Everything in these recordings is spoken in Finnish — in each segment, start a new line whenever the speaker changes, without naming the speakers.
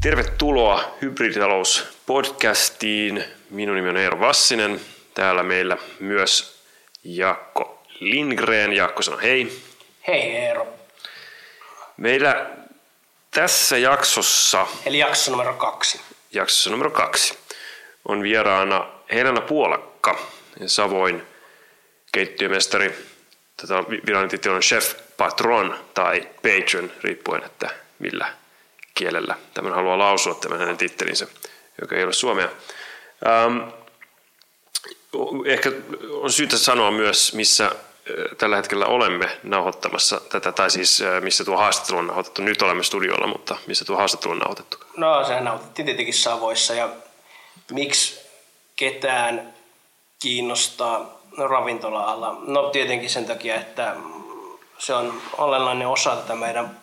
Tervetuloa Hybriditalous-podcastiin. Minun nimi on Eero Vassinen. Täällä meillä myös Jaakko Lindgren. Jaakko sanoo hei.
Hei Eero.
Meillä tässä jaksossa,
eli jaksossa numero 2, on vieraana Helena Puolakka, Savoin keittiömestari. Tätä virallinen titteli on chef patron tai patron, riippuen, että millä kielellä tämän haluaa lausua, tämän hänen tittelinsä, joka ei ole suomea. Ehkä on syytä sanoa myös, missä tällä hetkellä olemme nauhoittamassa tätä, tai siis missä tuo haastattelu on nauhoitettu. Nyt olemme studiolla, mutta missä tuo haastattelu on nauhoitettu? No, sehän nauhoitettiin tietenkin Savoissa, ja miksi ketään kiinnostaa ravintola-ala? No tietenkin sen takia, että se on olennainen osa tätä meidän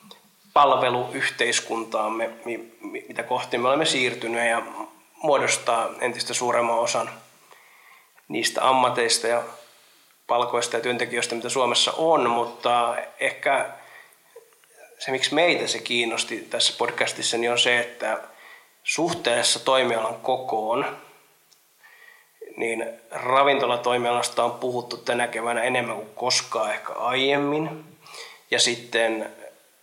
palveluyhteiskuntaamme, mitä kohti me olemme siirtyneet, ja muodostaa entistä suuremman osan niistä ammateista ja palkoista ja työntekijöistä, mitä Suomessa on, mutta ehkä se, miksi meitä se kiinnosti tässä podcastissa, niin on se, että suhteessa toimialan kokoon, niin ravintolatoimialasta on puhuttu tänä keväänä enemmän kuin koskaan ehkä aiemmin, ja sitten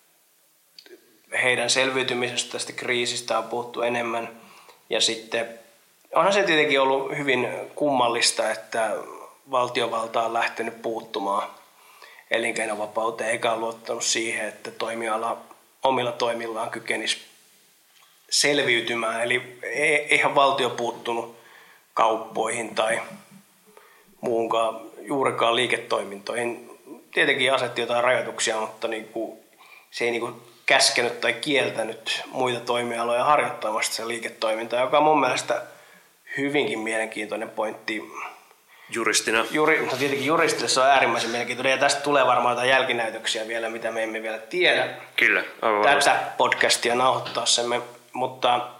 heidän selviytymisestä tästä kriisistä on puhuttu enemmän, ja sitten onhan se tietenkin ollut hyvin kummallista, että valtiovalta on lähtenyt puuttumaan elinkeinovapauteen, eikä ole luottanut siihen, että toimiala omilla toimillaan kykenisi selviytymään. Eli eihän valtio puuttunut kauppoihin tai muunkaan juurikaan liiketoimintoihin. Tietenkin asetti jotain rajoituksia, mutta se ei käskenyt tai kieltänyt muita toimialoja harjoittamasta se liiketoimintaa, joka on mun mielestä hyvinkin mielenkiintoinen pointti.
Juristina.
No tietenkin juristille se on äärimmäisen mielenkiintoinen, ja tästä tulee varmaan jotain jälkinäytöksiä vielä, mitä me emme vielä tiedä.
Kyllä, aivan
tätä podcastia nauhoittaessamme, mutta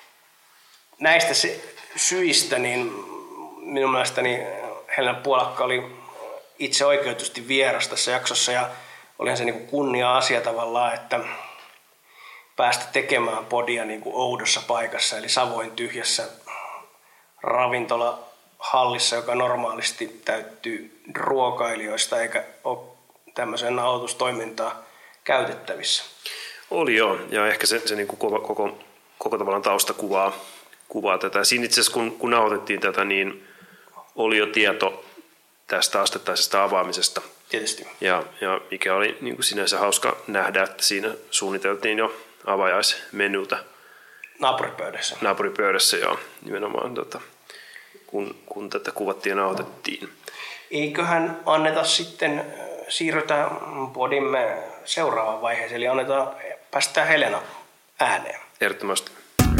näistä syistä niin minun mielestäni Helena Puolakka oli itse oikeutusti vieras tässä jaksossa, ja olihan se kunnia-asia tavallaan, että päästä tekemään podia oudossa paikassa, eli Savoin tyhjässä ravintolahallissa, joka normaalisti täyttyy ruokailijoista eikä ole tämmöiseen nauhoitustoimintaan käytettävissä.
Oli joo, ja ehkä se koko tavallaan tausta kuvaa tätä. Siinä itse asiassa kun nauhoitettiin tätä, niin oli jo tieto tästä asteittaisesta avaamisesta.
Tietysti.
Ja mikä oli sinänsä hauska nähdä, että siinä suunniteltiin jo avajaismenulta. Naapuripöydässä, joo, nimenomaan kun tätä kuvattiin ja nauhoitettiin.
Eiköhän siirrytään podimme seuraavaan vaiheeseen, eli päästään Helena ääneen.
Ehdottomasti.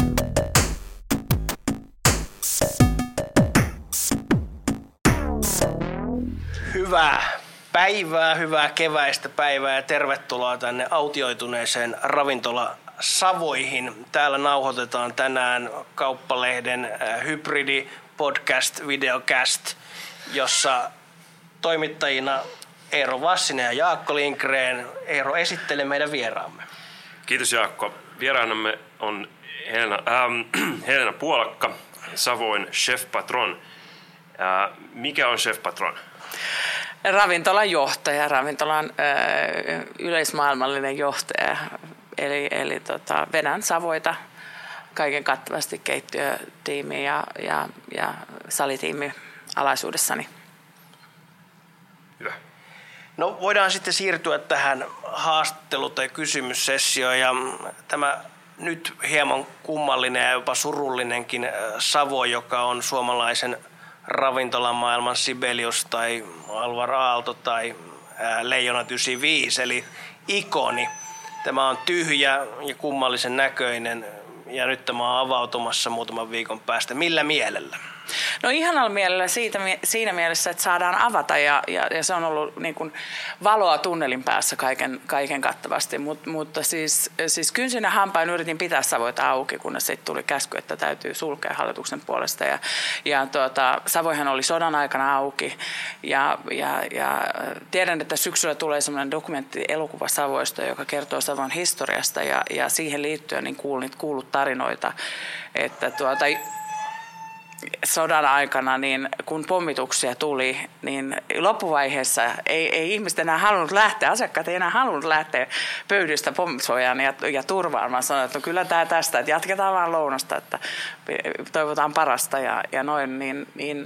Hyvää päivää, hyvää keväistä päivää ja tervetuloa tänne autioituneeseen ravintola Savoihin. Täällä nauhoitetaan tänään Kauppalehden hybridi-podcast, videocast, jossa toimittajina Eero Vassinen ja Jaakko Lindgren. Eero, esittele meidän vieraamme.
Kiitos Jaakko. Vieraanamme on Helena Puolakka, Savoin chef patron. Mikä on chef patron?
Ravintolan johtaja, ravintolan yleismaailmallinen johtaja. Eli vedän Savoita kaiken kattavasti keittiötiimi ja salitiimi alaisuudessani.
Hyvä.
No voidaan sitten siirtyä tähän haastattelu- tai kysymyssessioon, ja tämä nyt hieman kummallinen ja jopa surullinenkin Savo, joka on suomalaisen ravintolamaailman Sibelius tai Alvar Aalto tai Leijonat 95, eli ikoni. Tämä on tyhjä ja kummallisen näköinen, ja nyt tämä on avautumassa muutaman viikon päästä. Millä mielellä?
No ihanalla mielellä siinä mielessä, että saadaan avata ja se on ollut niin kuin valoa tunnelin päässä kaiken kattavasti, mutta siis kynsin ja hampain yritin pitää Savoita auki, kunnes sitten tuli käsky, että täytyy sulkea hallituksen puolesta ja Savoihan oli sodan aikana auki ja tiedän, että syksyllä tulee semmoinen dokumenttielokuva Savoista, joka kertoo Savon historiasta ja siihen liittyen niin kuullut tarinoita, että sodan aikana, niin kun pommituksia tuli, niin loppuvaiheessa ei ihmiset enää halunnut lähteä, asiakkaat ei enää halunnut lähteä pöydistä pommisuojaan ja turvaan, vaan sanoin, että no kyllä tämä tästä, että jatketaan vaan lounasta, että toivotaan parasta ja noin, niin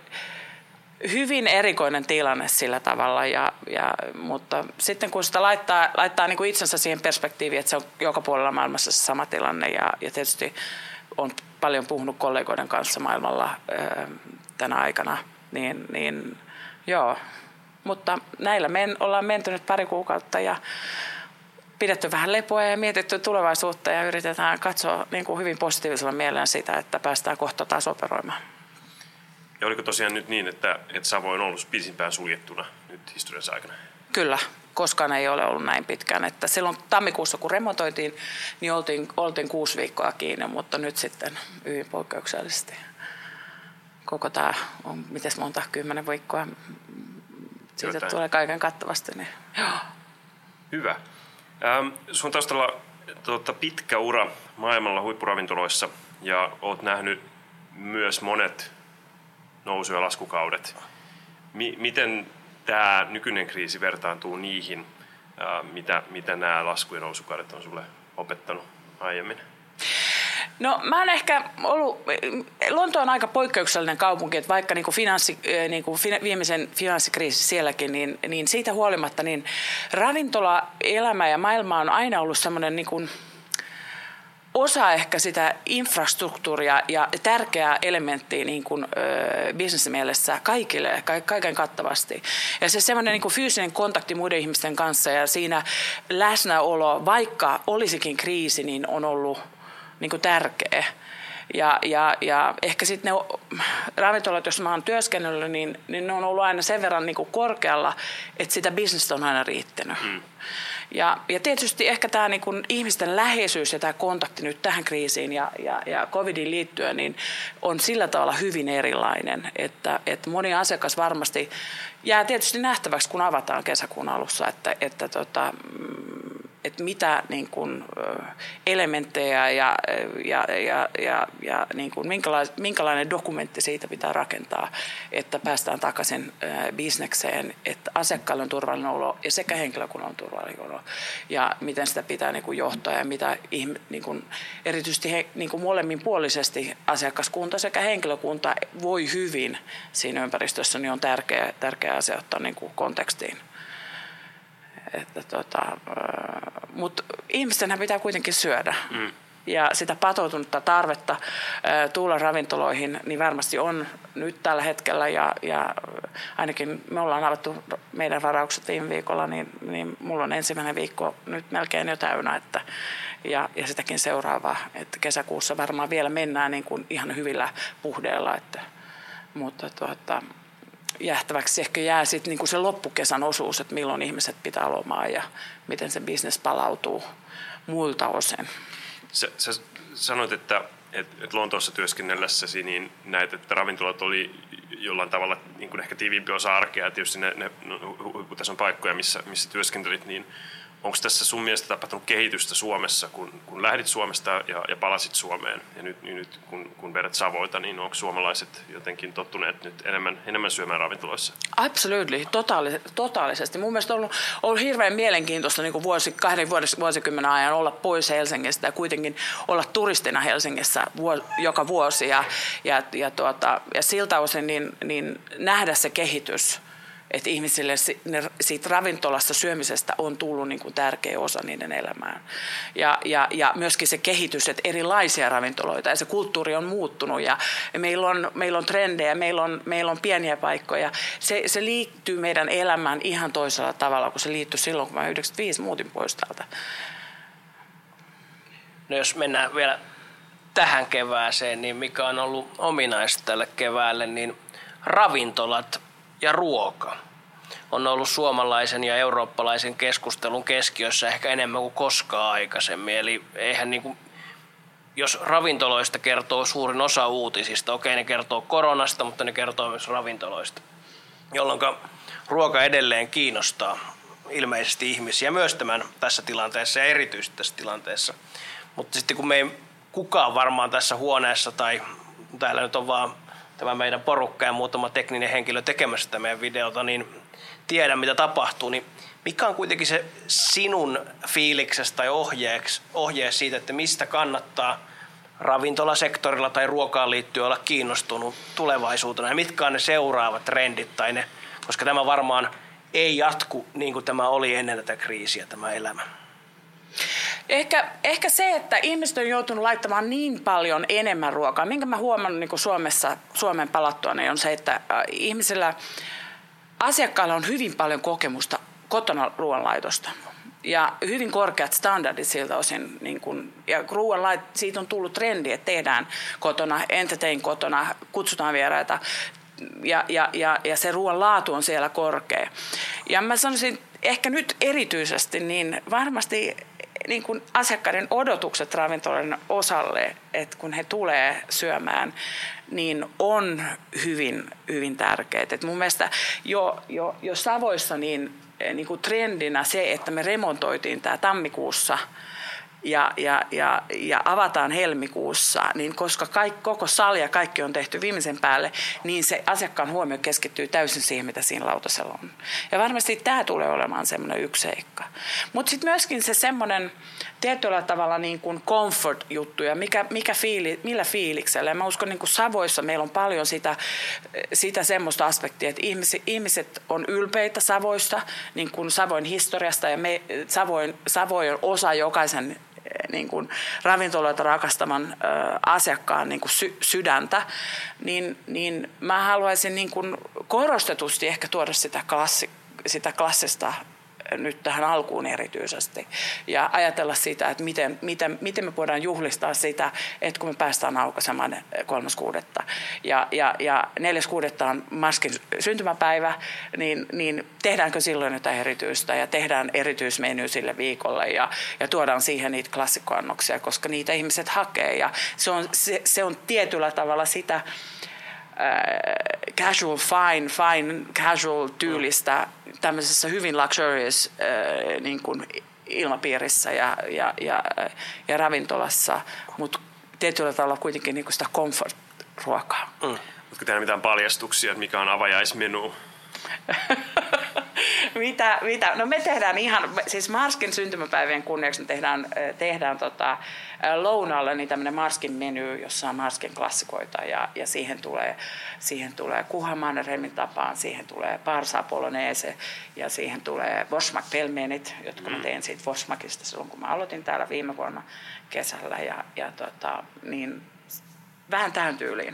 hyvin erikoinen tilanne sillä tavalla, mutta sitten kun sitä laittaa niin kuin itsensä siihen perspektiiviin, että se on joka puolella maailmassa se sama tilanne ja tietysti on paljon puhunut kollegoiden kanssa maailmalla tänä aikana, niin joo. Mutta näillä ollaan menty nyt pari kuukautta ja pidetty vähän lepoa ja mietitty tulevaisuutta ja yritetään katsoa niin kuin hyvin positiivisella mielellä sitä, että päästään kohta taas operoimaan.
Ja oliko tosiaan nyt niin, että Savo on ollut pisimpään suljettuna nyt historiansa aikana?
Kyllä. Koskaan ei ole ollut näin pitkään. Että silloin tammikuussa, kun remontoitiin, niin oltiin 6 viikkoa kiinni, mutta nyt sitten hyvin poikkeuksellisesti. Koko tämä on, miten monta, 10 viikkoa. Siitä tulee kaiken kattavasti. Niin.
Hyvä. Sun taustalla pitkä ura maailmalla huippuravintoloissa ja olet nähnyt myös monet nousu- ja laskukaudet. Miten tämä nykyinen kriisi vertaantuu niihin, mitä nämä lasku- ja nousukaudet on sulle opettanut aiemmin?
No mä oon ehkä ollut, Lonto on aika poikkeuksellinen kaupunki, että vaikka viimeisen finanssikriisi sielläkin, niin siitä huolimatta niin ravintolaelämä ja maailma on aina ollut semmoinen niin kuin osa ehkä sitä infrastruktuuria ja tärkeää elementtiä niin kuin bisnesmielessä kaikille, kaiken kattavasti. Ja se semmoinen niin kuin fyysinen kontakti muiden ihmisten kanssa ja siinä läsnäolo, vaikka olisikin kriisi, niin on ollut niin kuin tärkeä. Ja ehkä sitten ne ravintolat, jos mä oon työskennellyt, niin ne on ollut aina sen verran niin kuin korkealla, että sitä bisnestä on aina riittänyt. Ja tietysti ehkä tämä niin kuin ihmisten läheisyys ja tämä kontakti nyt tähän kriisiin ja covidiin liittyen niin on sillä tavalla hyvin erilainen, että moni asiakas varmasti jää tietysti nähtäväksi, kun avataan kesäkuun alussa, että mitä niin kuin elementtejä ja niin kuin minkälainen dokumentti siitä pitää rakentaa, että päästään takaisin bisnekseen, että asiakkaalla on turvallinen olo ja sekä henkilökunnan on turvallinen olo ja miten sitä pitää niin kuin johtaa ja mitä niin kuin erityisesti niin kuin molemminpuolisesti asiakaskunta sekä henkilökunta voi hyvin siinä ympäristössä, niin on tärkeä asia ottaa niin kuin kontekstiin. Mutta ihmistenhän pitää kuitenkin syödä. Ja sitä patoutunutta tarvetta tulla ravintoloihin niin varmasti on nyt tällä hetkellä ja ainakin me ollaan avattu meidän varaukset viime viikolla, niin mulla on ensimmäinen viikko nyt melkein jo täynnä ja sitäkin seuraavaa, että kesäkuussa varmaan vielä mennään niin kuin ihan hyvillä puhdeilla, mutta jähtäväksi ehkä jää sitten niin kuin se loppukesän osuus, että milloin ihmiset pitää lomaa ja miten se bisnes palautuu muilta osin.
Sä sanoit, että Lontoossa työskennellessäsi niin näet, että ravintolat oli jollain tavalla niin kuin ehkä tiiviimpi osa arkea. Tietysti ne huipputason paikkoja, missä työskentelit, niin onko tässä sun mielestä tapahtunut kehitystä Suomessa, kun lähdit Suomesta ja palasit Suomeen? Ja nyt kun vedät Savoita, niin onko suomalaiset jotenkin tottuneet nyt enemmän syömään ravintoloissa?
Absolutely, totaalisesti. Mun mielestä on ollut hirveän mielenkiintoista niin kuin 2 vuosikymmenen ajan olla pois Helsingistä ja kuitenkin olla turistina Helsingissä joka vuosi. Ja siltä osin niin nähdä se kehitys, että ihmisille siitä ravintolasta syömisestä on tullut niin kuin tärkeä osa niiden elämään. Ja myöskin se kehitys, että erilaisia ravintoloita ja se kulttuuri on muuttunut ja meillä on trendejä, meillä on pieniä paikkoja. Se liittyy meidän elämään ihan toisella tavalla kuin se liittyi silloin, kun mä 95 muutin pois täältä.
No jos mennään vielä tähän kevääseen, niin mikä on ollut ominaista tälle keväälle, niin ravintolat ja ruoka on ollut suomalaisen ja eurooppalaisen keskustelun keskiössä ehkä enemmän kuin koskaan aikaisemmin. Eli eihän niin kuin, jos ravintoloista kertoo suurin osa uutisista, okei ne kertoo koronasta, mutta ne kertoo myös ravintoloista, jolloin ruoka edelleen kiinnostaa ilmeisesti ihmisiä myös tässä tilanteessa ja erityisesti tässä tilanteessa. Mutta sitten kun me ei kukaan varmaan tässä huoneessa tai täällä nyt on vaan tämä meidän porukka ja muutama tekninen henkilö tekemässä sitä meidän videota, niin tiedä mitä tapahtuu, niin mikä on kuitenkin se sinun fiiliksestä tai ohjeeksi siitä, että mistä kannattaa ravintolasektorilla tai ruokaan liittyen olla kiinnostunut tulevaisuutena ja mitkä on ne seuraavat trendit tai ne, koska tämä varmaan ei jatku niin kuin tämä oli ennen tätä kriisiä, tämä elämä.
Ehkä se, että ihmiset on joutunut laittamaan niin paljon enemmän ruokaa, minkä mä huomannut niin kuin Suomeen palattua, niin on se, että ihmisillä, asiakkailla on hyvin paljon kokemusta kotona ruoanlaitosta. Ja hyvin korkeat standardit siltä osin, niin kun, ja siitä on tullut trendi, että tehdään kotona, entertain kotona, kutsutaan vieraita, ja se ruoan laatu on siellä korkea. Ja mä sanoisin, ehkä nyt erityisesti, niin varmasti niin kun asiakkaiden odotukset ravintoloiden osalle, että kun he tulee syömään, niin on hyvin, hyvin tärkeät. Et mun mielestä jo Savoissa niin kuin trendinä se, että me remontoitiin tämä tammikuussa ja avataan helmikuussa, niin koska koko sali ja kaikki on tehty viimeisen päälle, niin se asiakkaan huomio keskittyy täysin siihen, mitä siinä lautasella on. Ja varmasti tämä tulee olemaan semmoinen yksi seikka. Mutta sitten myöskin se semmoinen tietyllä tavalla niin kuin comfort-juttu ja millä fiiliksellä. Ja mä uskon, niin kuin Savoissa meillä on paljon sitä semmoista aspektia, että ihmiset on ylpeitä Savoista, niin kuin Savoin historiasta, ja Savoin on osa jokaisen niin kuin ravintoloita rakastaman asiakkaan niin kuin sydäntä, niin mä haluaisin niin kuin korostetusti ehkä tuoda sitä klassista nyt tähän alkuun erityisesti ja ajatella sitä, että miten me voidaan juhlistaa sitä, että kun me päästään aukaisemaan 3.6. Ja 4.6. on Marskin syntymäpäivä, niin tehdäänkö silloin jotain erityistä ja tehdään erityismeny sille viikolle ja tuodaan siihen niitä klassikkoannoksia, koska niitä ihmiset hakee ja se on tietyllä tavalla sitä casual, fine casual tyylistä tämmöisessä hyvin luxurious niin kuin ilmapiirissä ja ravintolassa, mutta tietyllä tavalla kuitenkin niin kuin sitä comfort-ruokaa.
Oletko tehdä mitään paljastuksia, että mikä on avajaismenu?
Mitä? No me tehdään siis Marskin syntymäpäivien kunniaksi me tehdään lounaalle niin tämmöinen Marskin menu, jossa on Marskin klassikoita ja siihen tulee kuhamannerheimin tapaan, siihen tulee parsa polonaise ja siihen tulee Forsmak-pelmenit, jotka mä tein siitä Forsmakista silloin, kun mä aloitin täällä viime vuonna kesällä niin vähän tähän tyyliin.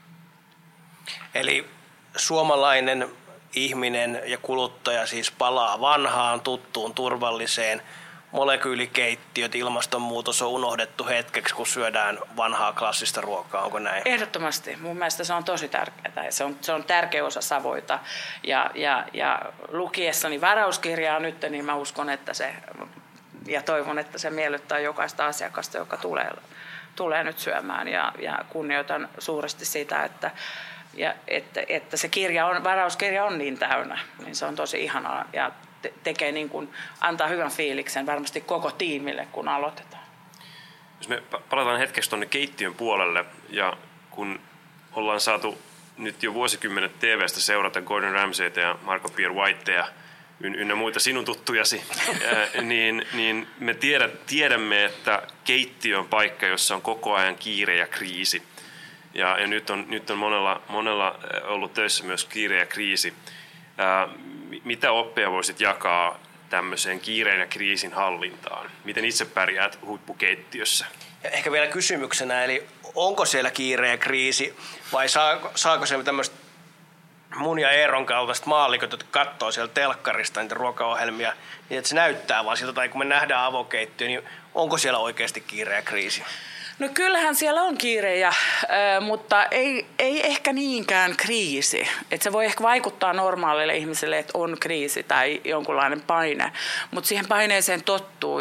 Eli suomalainen ihminen ja kuluttaja siis palaa vanhaan, tuttuun, turvalliseen. Molekyylikeittiöt, ilmastonmuutos on unohdettu hetkeksi, kun syödään vanhaa klassista ruokaa. Onko näin?
Ehdottomasti. Mun mielestä se on tosi tärkeää. Se on tärkeä osa Savoita. Ja lukiessani varauskirjaa nyt, niin mä uskon, että ja toivon, että se miellyttää jokaista asiakasta, joka tulee nyt syömään. Ja kunnioitan suuresti sitä, että se varauskirja on niin täynnä, niin se on tosi ihanaa ja tekee niin kuin, antaa hyvän fiiliksen varmasti koko tiimille, kun aloitetaan.
Jos me palataan hetkeksi tuonne keittiön puolelle ja kun ollaan saatu nyt jo vuosikymmenet TV:stä seurata Gordon Ramsayta ja Marco Pierre Whitea ynnä muita sinun tuttujasi, niin me tiedämme, että keittiö on paikka, jossa on koko ajan kiire ja kriisi. Ja nyt on monella ollut töissä myös kiire ja kriisi. Mitä oppeja voisit jakaa tämmöiseen kiireen ja kriisin hallintaan? Miten itse pärjäät huippukeittiössä?
Ja ehkä vielä kysymyksenä, eli onko siellä kiire ja kriisi vai saako siellä tämmöistä mun ja Eeron kaltaista maallikot, jotka katsoo siellä telkkarista niitä ruokaohjelmia, niin että se näyttää vaan siltä, tai kun me nähdään avokeittiö, niin onko siellä oikeasti kiire ja kriisi?
No kyllähän siellä on kiire, mutta ei ehkä niinkään kriisi. Että se voi ehkä vaikuttaa normaalille ihmiselle, että on kriisi tai jonkunlainen paine, mutta siihen paineeseen tottuu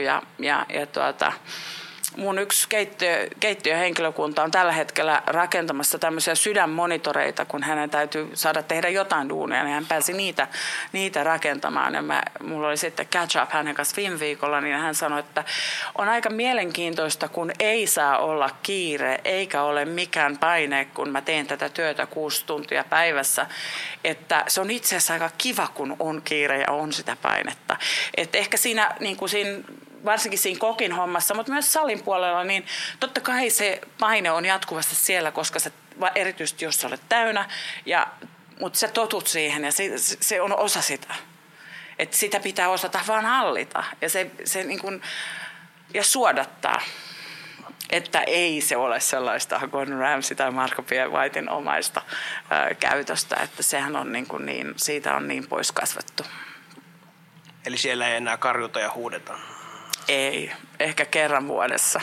mun yksi keittiöhenkilökunta on tällä hetkellä rakentamassa tämmöisiä sydänmonitoreita, kun hänen täytyy saada tehdä jotain duunia, niin hän pääsi niitä rakentamaan. Ja mulla oli sitten catch up hänen kanssa viime viikolla, niin hän sanoi, että on aika mielenkiintoista, kun ei saa olla kiire, eikä ole mikään paine, kun mä teen tätä työtä 6 tuntia päivässä, että se on itse asiassa aika kiva, kun on kiire ja on sitä painetta. Että ehkä siinä, niin kuin varsinkin siinä kokin hommassa, mutta myös salin puolella, niin totta kai se paine on jatkuvasti siellä, koska se, erityisesti jos sä olet täynnä, mutta sä totut siihen ja se on osa sitä. Että sitä pitää osata vaan hallita ja se niin kuin, ja suodattaa. Että ei se ole sellaista Gordon Ramsay tai Marco P. Whiten omaista käytöstä, että sehän on niin, siitä on niin pois kasvettu.
Eli siellä ei enää karjuta ja huudeta?
Ei, ehkä kerran vuodessa.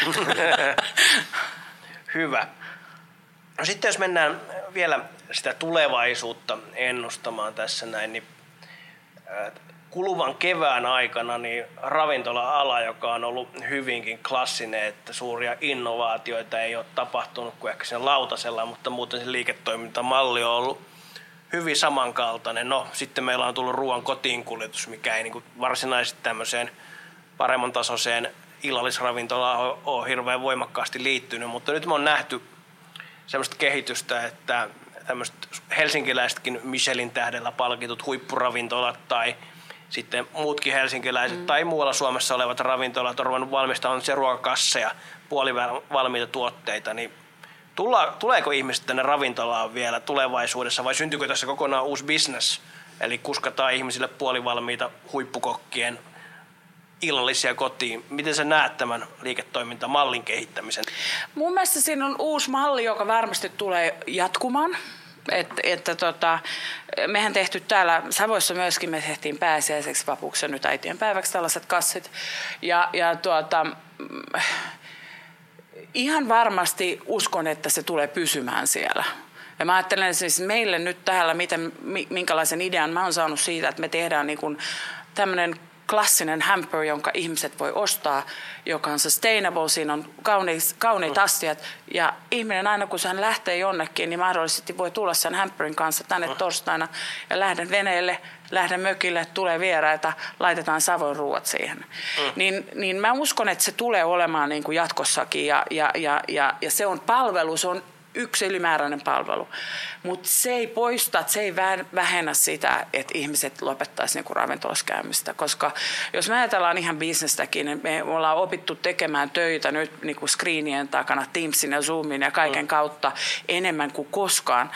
Hyvä. No sitten jos mennään vielä sitä tulevaisuutta ennustamaan tässä näin, niin kuluvan kevään aikana niin ravintola-ala, joka on ollut hyvinkin klassinen, että suuria innovaatioita ei ole tapahtunut kuin ehkä sen lautasella, mutta muuten se liiketoimintamalli on ollut hyvin samankaltainen. No sitten meillä on tullut ruoan kotiinkuljetus, mikä ei niin kuin varsinaisesti tämmöiseen paremman tasoiseen illallisravintolaan on hirveän voimakkaasti liittynyt, mutta nyt me on nähty semmoista kehitystä, että tämmöiset helsinkiläisetkin Michelin tähdellä palkitut huippuravintolat tai sitten muutkin helsinkiläiset tai muualla Suomessa olevat ravintolat on ruvennut valmistamaan se ruokakasseja, puolivalmiita tuotteita, niin tuleeko ihmiset tänne ravintolaan vielä tulevaisuudessa vai syntyykö tässä kokonaan uusi business, eli kuskataan ihmisille puolivalmiita huippukokkien illallisia kotiin. Miten sä näet tämän liiketoimintamallin kehittämisen?
Mun mielestä siinä on uusi malli, joka varmasti tulee jatkumaan. Mehän tehty täällä Savoissa myöskin, me tehtiin pääsiäiseksi vapuksi ja nyt äitien päiväksi tällaiset kassit. Ihan varmasti uskon, että se tulee pysymään siellä. Ja mä ajattelen siis meille nyt täällä, minkälaisen idean mä oon saanut siitä, että me tehdään niin kuin tämmöinen klassinen hamper, jonka ihmiset voi ostaa, joka on sustainable, siinä on kauniit astiat. Ja ihminen aina kun hän lähtee jonnekin, niin mahdollisesti voi tulla sen hamperin kanssa tänne torstaina ja lähden veneelle, lähden mökille, tulee vieraita, laitetaan Savon ruuat siihen. Niin mä uskon, että se tulee olemaan niin kuin jatkossakin ja se on palvelu, se on yksi ylimääräinen palvelu. Mutta se ei poista, se ei vähennä sitä, että ihmiset lopettaisiin niinku ravintolassa käymistä. Koska jos me ajatellaan ihan bisnestäkin, niin me ollaan opittu tekemään töitä nyt niinku screenien takana, Teamsin ja Zoomin ja kaiken kautta enemmän kuin koskaan.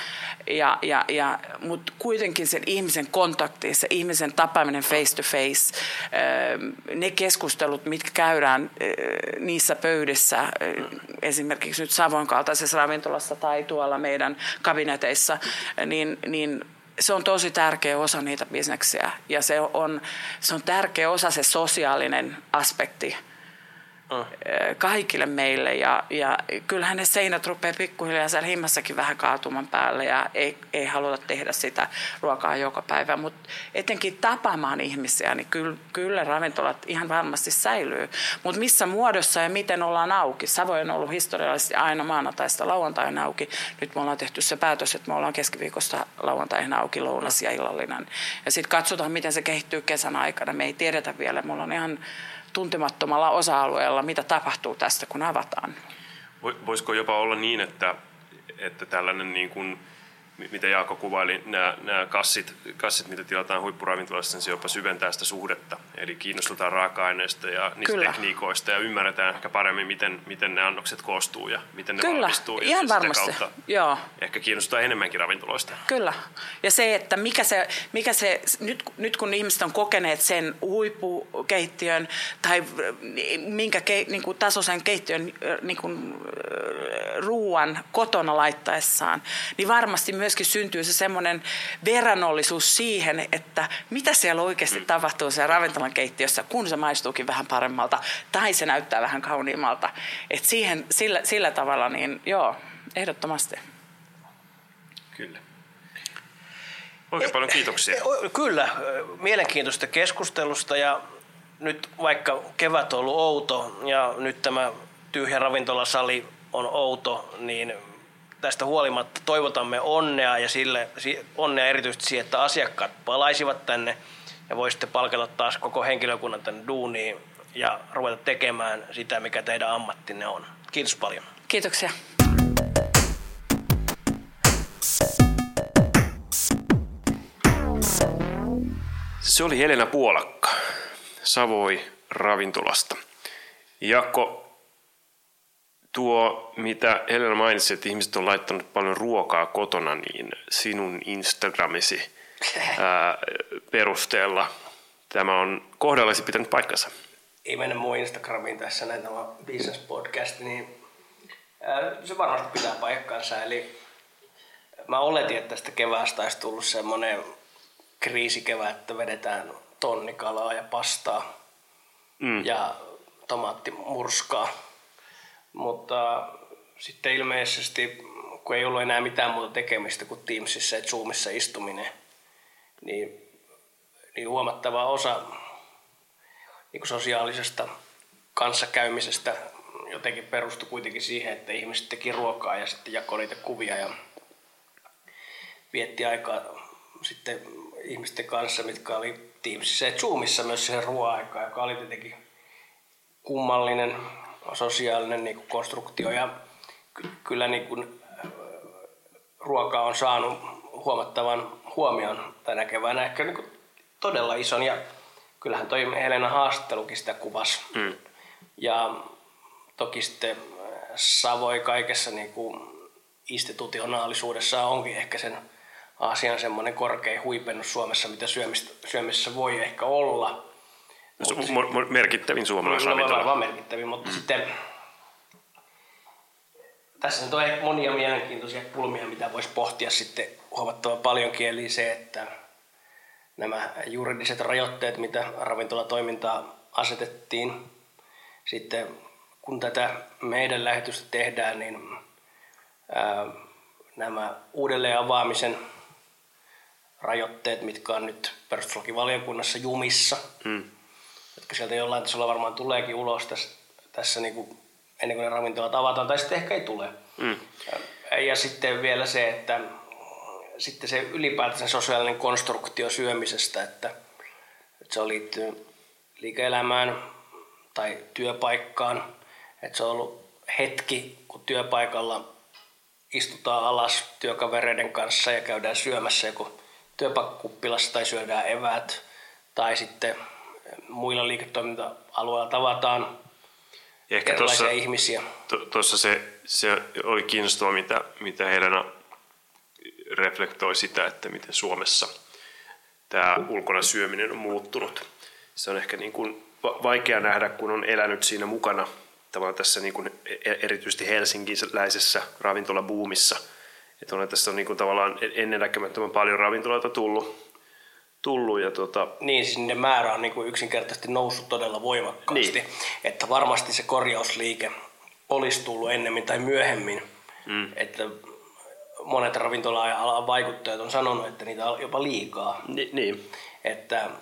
Mutta kuitenkin sen ihmisen kontakti, se ihmisen tapaaminen face to face, ne keskustelut, mitkä käydään niissä pöydissä, esimerkiksi nyt Savon kaltaisessa ravintolassa tai tuolla meidän kabineteissa, niin se on tosi tärkeä osa niitä bisneksiä. Ja se on tärkeä osa se sosiaalinen aspekti kaikille meille. Ja kyllähän ne seinät rupeaa pikkuhiljaa siellä himmassakin vähän kaatuman päälle ja ei haluta tehdä sitä ruokaa joka päivä. Mutta etenkin tapaamaan ihmisiä, niin kyllä ravintolat ihan varmasti säilyy. Mutta missä muodossa ja miten ollaan auki? Savoy on ollut historiallisesti aina maanantaista lauantain auki. Nyt me ollaan tehty se päätös, että me ollaan keskiviikosta lauantaihin auki, lounas ja illallinen. Ja sitten katsotaan, miten se kehittyy kesän aikana. Me ei tiedetä vielä. Me ollaan ihan tuntemattomalla osa-alueella, mitä tapahtuu tästä, kun avataan.
Voisiko jopa olla niin, että tällainen, niin kuin, mitä Jaakko kuvaili, nämä kassit, mitä tilataan huippuravintolassa, niin se jopa syventää sitä suhdetta. Eli kiinnostutaan raaka-aineista ja niistä tekniikoista ja ymmärretään ehkä paremmin, miten ne annokset koostuu ja miten ne valmistuu.
Kyllä, ihan varmasti. Joo.
Ehkä kiinnostaa enemmänkin ravintoloista.
Kyllä. Ja se, että mikä se nyt kun ihmiset on kokeneet sen huippukeittiön tai minkä niin kuin tasoisen keittiön niin kuin ruuan kotona laittaessaan, niin varmasti myöskin syntyy se semmoinen verrannollisuus siihen, että mitä siellä oikeasti tapahtuu siellä ravintolan keittiössä, kun se maistuukin vähän paremmalta tai se näyttää vähän kauniimmalta. Et siihen, sillä tavalla, niin joo, ehdottomasti.
Kyllä. Oikein paljon kiitoksia.
Kyllä, mielenkiintoista keskustelusta ja nyt vaikka kevät on ollut outo ja nyt tämä tyhjä ravintolasali on outo, niin tästä huolimatta toivotamme onnea ja onnea erityisesti siihen, että asiakkaat palaisivat tänne ja voisitte palkata taas koko henkilökunnan tänne duuniin ja ruveta tekemään sitä, mikä teidän ammattinne on. Kiitos paljon.
Kiitoksia.
Se oli Helena Puolakka Savoy ravintolasta. Jaakko, tuo mitä Helena mainitsi, että ihmiset on laittanut paljon ruokaa kotona, niin sinun Instagramisi perusteella tämä on kohdallasi pitänyt paikkansa.
Ei mennä mun Instagramiin tässä näin tämä business podcast, niin se varmasti pitää paikkansa. Eli mä oletin, että tästä keväästä olisi tullut semmoinen kriisikevät, että vedetään tonnikalaa ja pastaa ja tomaattimurskaa. Mutta sitten ilmeisesti, kun ei ollut enää mitään muuta tekemistä kuin Teamsissa ja Zoomissa istuminen, niin huomattava osa niin kuin sosiaalisesta kanssakäymisestä jotenkin perustui kuitenkin siihen, että ihmiset teki ruokaa ja sitten jakoi niitä kuvia ja vietti aikaa sitten ihmisten kanssa, mitkä oli Teamsissa ja Zoomissa myös siihen ruoan-aikaan, joka oli tietenkin kummallinen sosiaalinen niin kuin konstruktio. Ja kyllä niin kuin, ruoka on saanut huomattavan huomion tänä keväänä, ehkä niin kuin todella ison. Ja kyllähän toi Helena haastattelukin sitä kuvasi. Ja toki sitten Savoy kaikessa niin kuin institutionaalisuudessa onkin ehkä sen asian semmoinen korkein huipennus Suomessa, mitä syömisessä voi ehkä olla.
Merkittävin suomalainen ravintola.
Varmaan merkittävin, mutta sitten tässä nyt on monia mielenkiintoisia kulmia, mitä voisi pohtia sitten huomattavan paljonkin, eli se, että nämä juridiset rajoitteet, mitä ravintolatoimintaa asetettiin, sitten kun tätä meidän lähetystä tehdään, niin nämä uudelleen avaamisen rajoitteet, mitkä on nyt perustuslakivaliokunnassa jumissa, jotka sieltä jollain tasolla varmaan tuleekin ulos tässä niin kuin ennen kuin ne ravintolat avataan, tai sitten ehkä ei tule. Ja sitten vielä se, että sitten se ylipäätään sosiaalinen konstruktio syömisestä, että se liittyy liike-elämään tai työpaikkaan, että se on ollut hetki, kun työpaikalla istutaan alas työkavereiden kanssa ja käydään syömässä joku työpaikkakuppilassa tai syödään eväät tai sitten muilla liiketoiminta-alueilla tavataan
ehkä
erilaisia ihmisiä.
Tuossa se oli kiinnostavaa, mitä Helena reflektoi sitä, että miten Suomessa tämä ulkona syöminen on muuttunut. Se on ehkä niin kuin vaikea nähdä, kun on elänyt siinä mukana tavallaan tässä niin kuin erityisesti helsinkiläisessä ravintolabuumissa. Että on tässä on niin kuin tavallaan ennennäkemättömän paljon ravintoloita tullut ja
Niin, siis niiden määrä on niin kuin yksinkertaisesti noussut todella voimakkaasti. Niin. Että varmasti se korjausliike olisi tullut ennemmin tai myöhemmin. Että monet ravintola-alan vaikuttajat on sanonut, että niitä on jopa liikaa.
Niin.
Että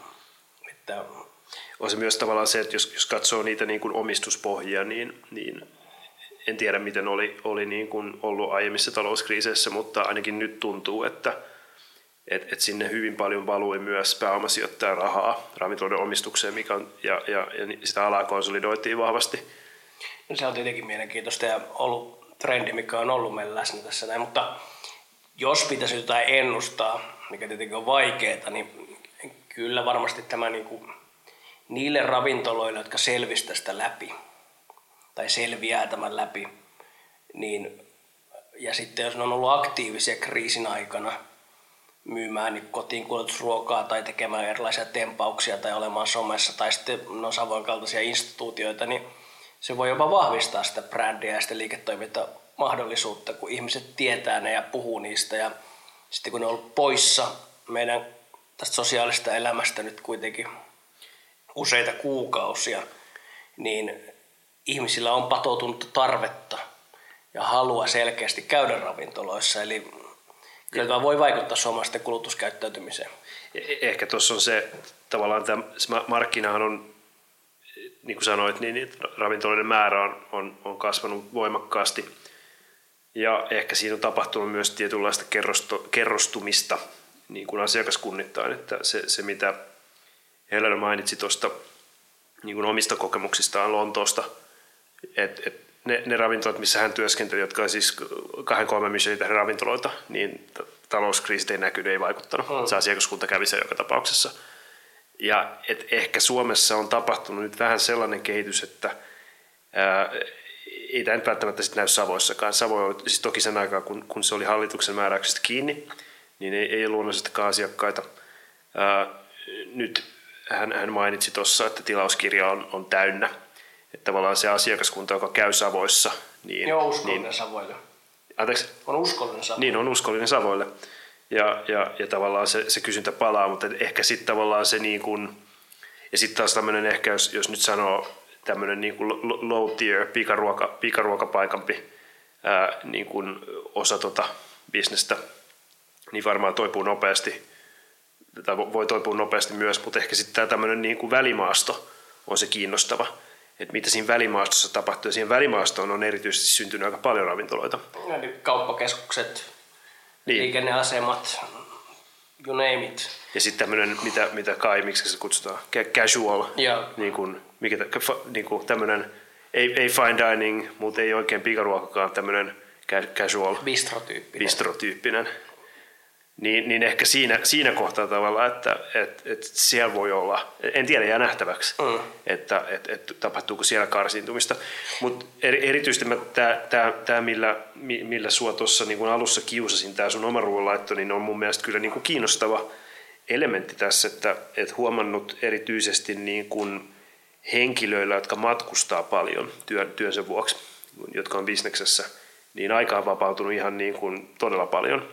on se myös tavallaan se, että jos katsoo niitä niin kuin omistuspohjia, niin en tiedä miten oli niin kuin ollut aiemmissa talouskriiseissä, mutta ainakin nyt tuntuu, että sinne hyvin paljon valui myös pääomasijoittajan rahaa ravintoloiden omistukseen, mikä on, ja sitä alaa konsolidoitiin vahvasti.
No se on tietenkin mielenkiintoista ja ollut trendi, mikä on ollut meillä läsnä tässä näin, mutta jos pitäisi jotain ennustaa, mikä tietenkin on vaikeaa, niin kyllä varmasti tämä niin kuin niille ravintoloille, jotka selvisivät tästä läpi tai selviää tämän läpi, niin, ja sitten jos ne on ollut aktiivisia kriisin aikana myymään niin kotiin kuljetusruokaa tai tekemään erilaisia tempauksia tai olemaan somessa tai sitten no Savoyn kaltaisia instituutioita, niin se voi jopa vahvistaa sitä brändiä ja sitä liiketoiminta mahdollisuutta, kun ihmiset tietää ne ja puhuu niistä. Ja sitten kun ne on ollut poissa meidän tästä sosiaalista elämästä nyt kuitenkin useita kuukausia, niin ihmisillä on patoutunutta tarvetta ja halua selkeästi käydä ravintoloissa. Eli kyllä tämä voi vaikuttaa suomalaisten kulutuskäyttäytymiseen.
Ehkä tuossa on se, tavallaan tämä markkinahan on, niin kuin sanoit, niin ravintoloiden määrä on kasvanut voimakkaasti. Ja ehkä siinä on tapahtunut myös tietynlaista kerrostumista niin kuin asiakaskunnittain. Että se mitä Helena mainitsi tuosta niin kuin omista kokemuksistaan Lontoosta, että ne ravintolat, missä hän työskenteli, jotka on siis 2-3 Michelin ravintoloita, niin talouskriisit ei näkynyt, ei vaikuttanut. Se asiakaskunta kävi se joka tapauksessa. Ja ehkä Suomessa on tapahtunut nyt vähän sellainen kehitys, että ei tämä nyt välttämättä sitten näy Savoissakaan. Savo oli siis toki sen aikaa, kun se oli hallituksen määräyksestä kiinni, niin ei ollut luonnollisestikaan asiakkaita. Nyt hän mainitsi tuossa, että tilauskirja on täynnä. Että tavallaan se asiakaskunta, joka käy Savoissa... Niin,
joo, uskollinen Savoille.
Anteeksi?
On uskollinen Savoille.
Niin, on uskollinen Savoille. Ja tavallaan se kysyntä palaa, mutta ehkä sitten tavallaan se niin kuin... Ja sitten taas tämmöinen ehkä, jos nyt sanoo tämmöinen niin kuin low tier, pikaruokapaikampi niin kuin osa bisnestä, niin varmaan toipuu nopeasti, tai voi toipua nopeasti myös, mutta ehkä sitten tämä tämmöinen niin kuin välimaasto on se kiinnostava. Että mitä siinä välimaastossa tapahtuu. Ja siihen välimaastoon on erityisesti syntynyt aika paljon ravintoloita.
Eli kauppakeskukset, niin. Liikenneasemat, you name it.
Ja sitten tämmöinen, mitä Kai, miksi se kutsutaan, casual, niin kuin tämmöinen, ei fine dining, mutta ei oikein pikaruokakaan, tämmöinen casual, bistrotyyppinen. Niin ehkä siinä kohtaa tavallaan, että siellä voi olla, en tiedä, jää nähtäväksi, että tapahtuuko siellä karsiintumista. Mutta erityisesti tämä, millä sua tuossa niin kun alussa kiusasin, tämä sun oma ruoanlaitto, niin on mun mielestä kyllä niin kun kiinnostava elementti tässä, että huomannut erityisesti niin kun henkilöillä, jotka matkustaa paljon työnsä vuoksi, jotka on bisneksessä, niin aikaa on vapautunut ihan niin kun todella paljon.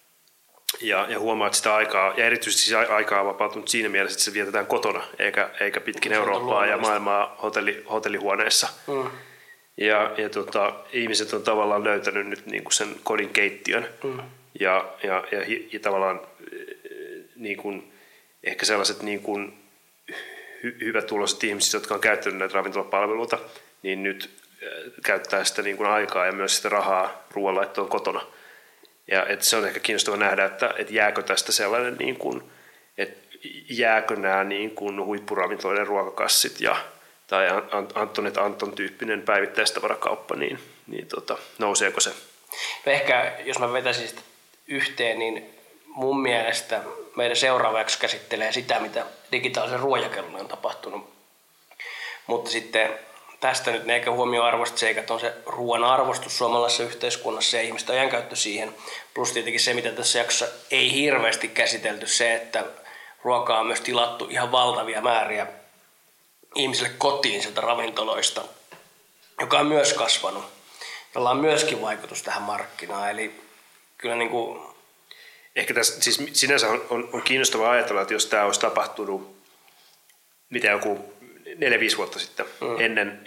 Ja huomaat sitä aikaa, ja erityisesti aikaa on vapautunut siinä mielessä, että se vietetään kotona, eikä pitkin Eurooppaa ja maailmaa hotellihuoneessa. Ja ihmiset on tavallaan löytänyt nyt niin kuin sen kodin keittiön. Ja tavallaan niin kuin, ehkä sellaiset niin kuin hyvätuloiset ihmiset, jotka on käyttänyt näitä ravintolapalveluita, niin nyt käyttää sitä niin kuin aikaa ja myös sitä rahaa ruoanlaittoon kotona. Ja että se on ehkä kiinnostava nähdä, että jääkö tästä sellainen, niin kuin, että jääkö nämä niin kuin huippuravintoloiden ruokakassit tai Anton tyyppinen päivittäistavarakauppa, niin nouseeko se?
No ehkä, jos mä vetäisin sitä yhteen, niin mun mielestä meidän seuraava jakso käsittelee sitä, mitä digitaalisen ruojakelun on tapahtunut. Mutta sitten tästä nyt ne ehkä huomioarvoiset seikat on se ruoan arvostus suomalaisessa yhteiskunnassa ja ihmisten ajankäyttö siihen. Plus tietenkin se, mitä tässä jaksossa ei hirveästi käsitelty, se, että ruokaa on myös tilattu ihan valtavia määriä ihmisille kotiin sieltä ravintoloista, joka on myös kasvanut, jolla on myöskin vaikutus tähän markkinaan. Eli kyllä niin kuin...
Ehkä tässä siis sinänsä on kiinnostavaa ajatella, että jos tämä olisi tapahtunut mitä joku 4-5 vuotta sitten, ennen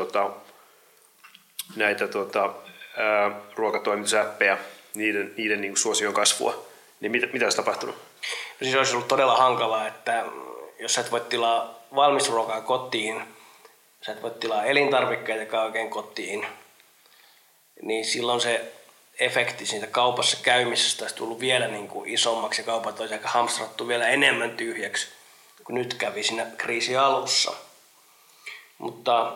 näitä ruokatoimitusäppejä, niiden niin kuin suosion kasvua, niin mitä olisi tapahtunut?
No siis olisi ollut todella hankalaa, että jos sä et voi tilaa valmisruokaa kotiin, sä et voi tilaa elintarvikkeita oikein kotiin, niin silloin se efekti siitä kaupassa käymisestä olisi tullut vielä niin kuin isommaksi ja kaupat olisi aika hamstrattu vielä enemmän tyhjäksi kuin nyt kävi siinä kriisin alussa. Mutta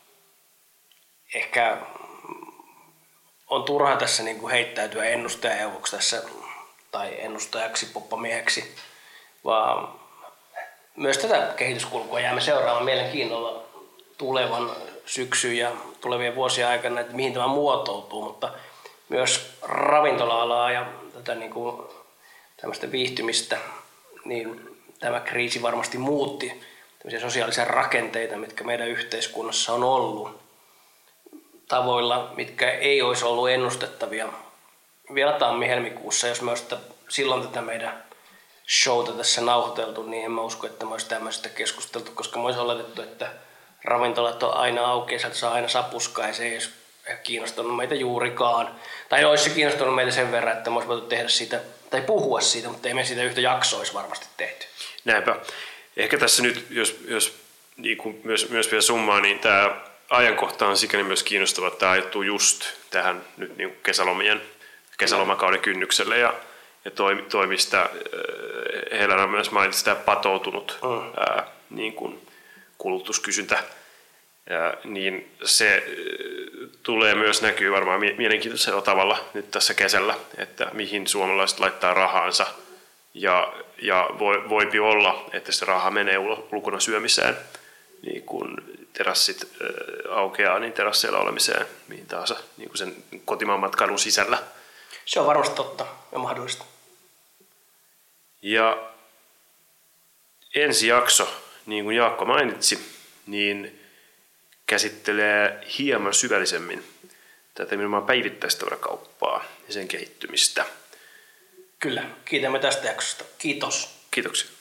ehkä on turha tässä niin kuin heittäytyä ennustajaeuvoksi tässä tai ennustajaksi, poppamieheksi, vaan myös tätä kehityskulkua jäämme seuraamaan mielenkiinnolla tulevan syksyn ja tulevien vuosien aikana, että mihin tämä muotoutuu, mutta myös ravintola-alaa ja tätä niin kuin tämmöistä viihtymistä, niin tämä kriisi varmasti muutti tämmöisiä sosiaalisia rakenteita, mitkä meidän yhteiskunnassa on ollut. tavoilla, mitkä ei olisi ollut ennustettavia vielä tammi-helmikuussa, jos me olisi silloin tätä meidän showta tässä nauhoiteltu, niin en mä usko, että me olisi tämmöistä keskusteltu, koska me olisi oletettu, että ravintolat on aina auki ja sieltä saa aina sapuskaa ja se ei olisi kiinnostanut meitä juurikaan. Tai olisi se kiinnostanut meitä sen verran, että me olisi voitu tehdä siitä tai puhua siitä, mutta ei me siitä yhtä jaksoa olisi varmasti tehty.
Näinpä. Ehkä tässä nyt, jos niin kuin myös vielä summaa, niin tämä ajankohta on sikäli myös kiinnostava, että tämä ajettuu just tähän nyt niin kesälomakauden kynnykselle ja toimista Helena myös mainitsi tämä patoutunut niin kuin kulutuskysyntä, niin se tulee myös näkyy varmaan mielenkiintoisella tavalla nyt tässä kesällä, että mihin suomalaiset laittaa rahansa ja voipi olla, että se raha menee ulkona syömiseen, niin kun terassit aukeaa, niin terasseilla olemiseen, mihin tahansa niin kuin sen kotimaan matkailun sisällä.
Se on varmasti totta ja mahdollista. Ja
ensi jakso, niin kuin Jaakko mainitsi, niin käsittelee hieman syvällisemmin tätä nimenomaan päivittäistavarakauppaa ja sen kehittymistä.
Kyllä, kiitämme tästä jaksosta. Kiitos.
Kiitoksia.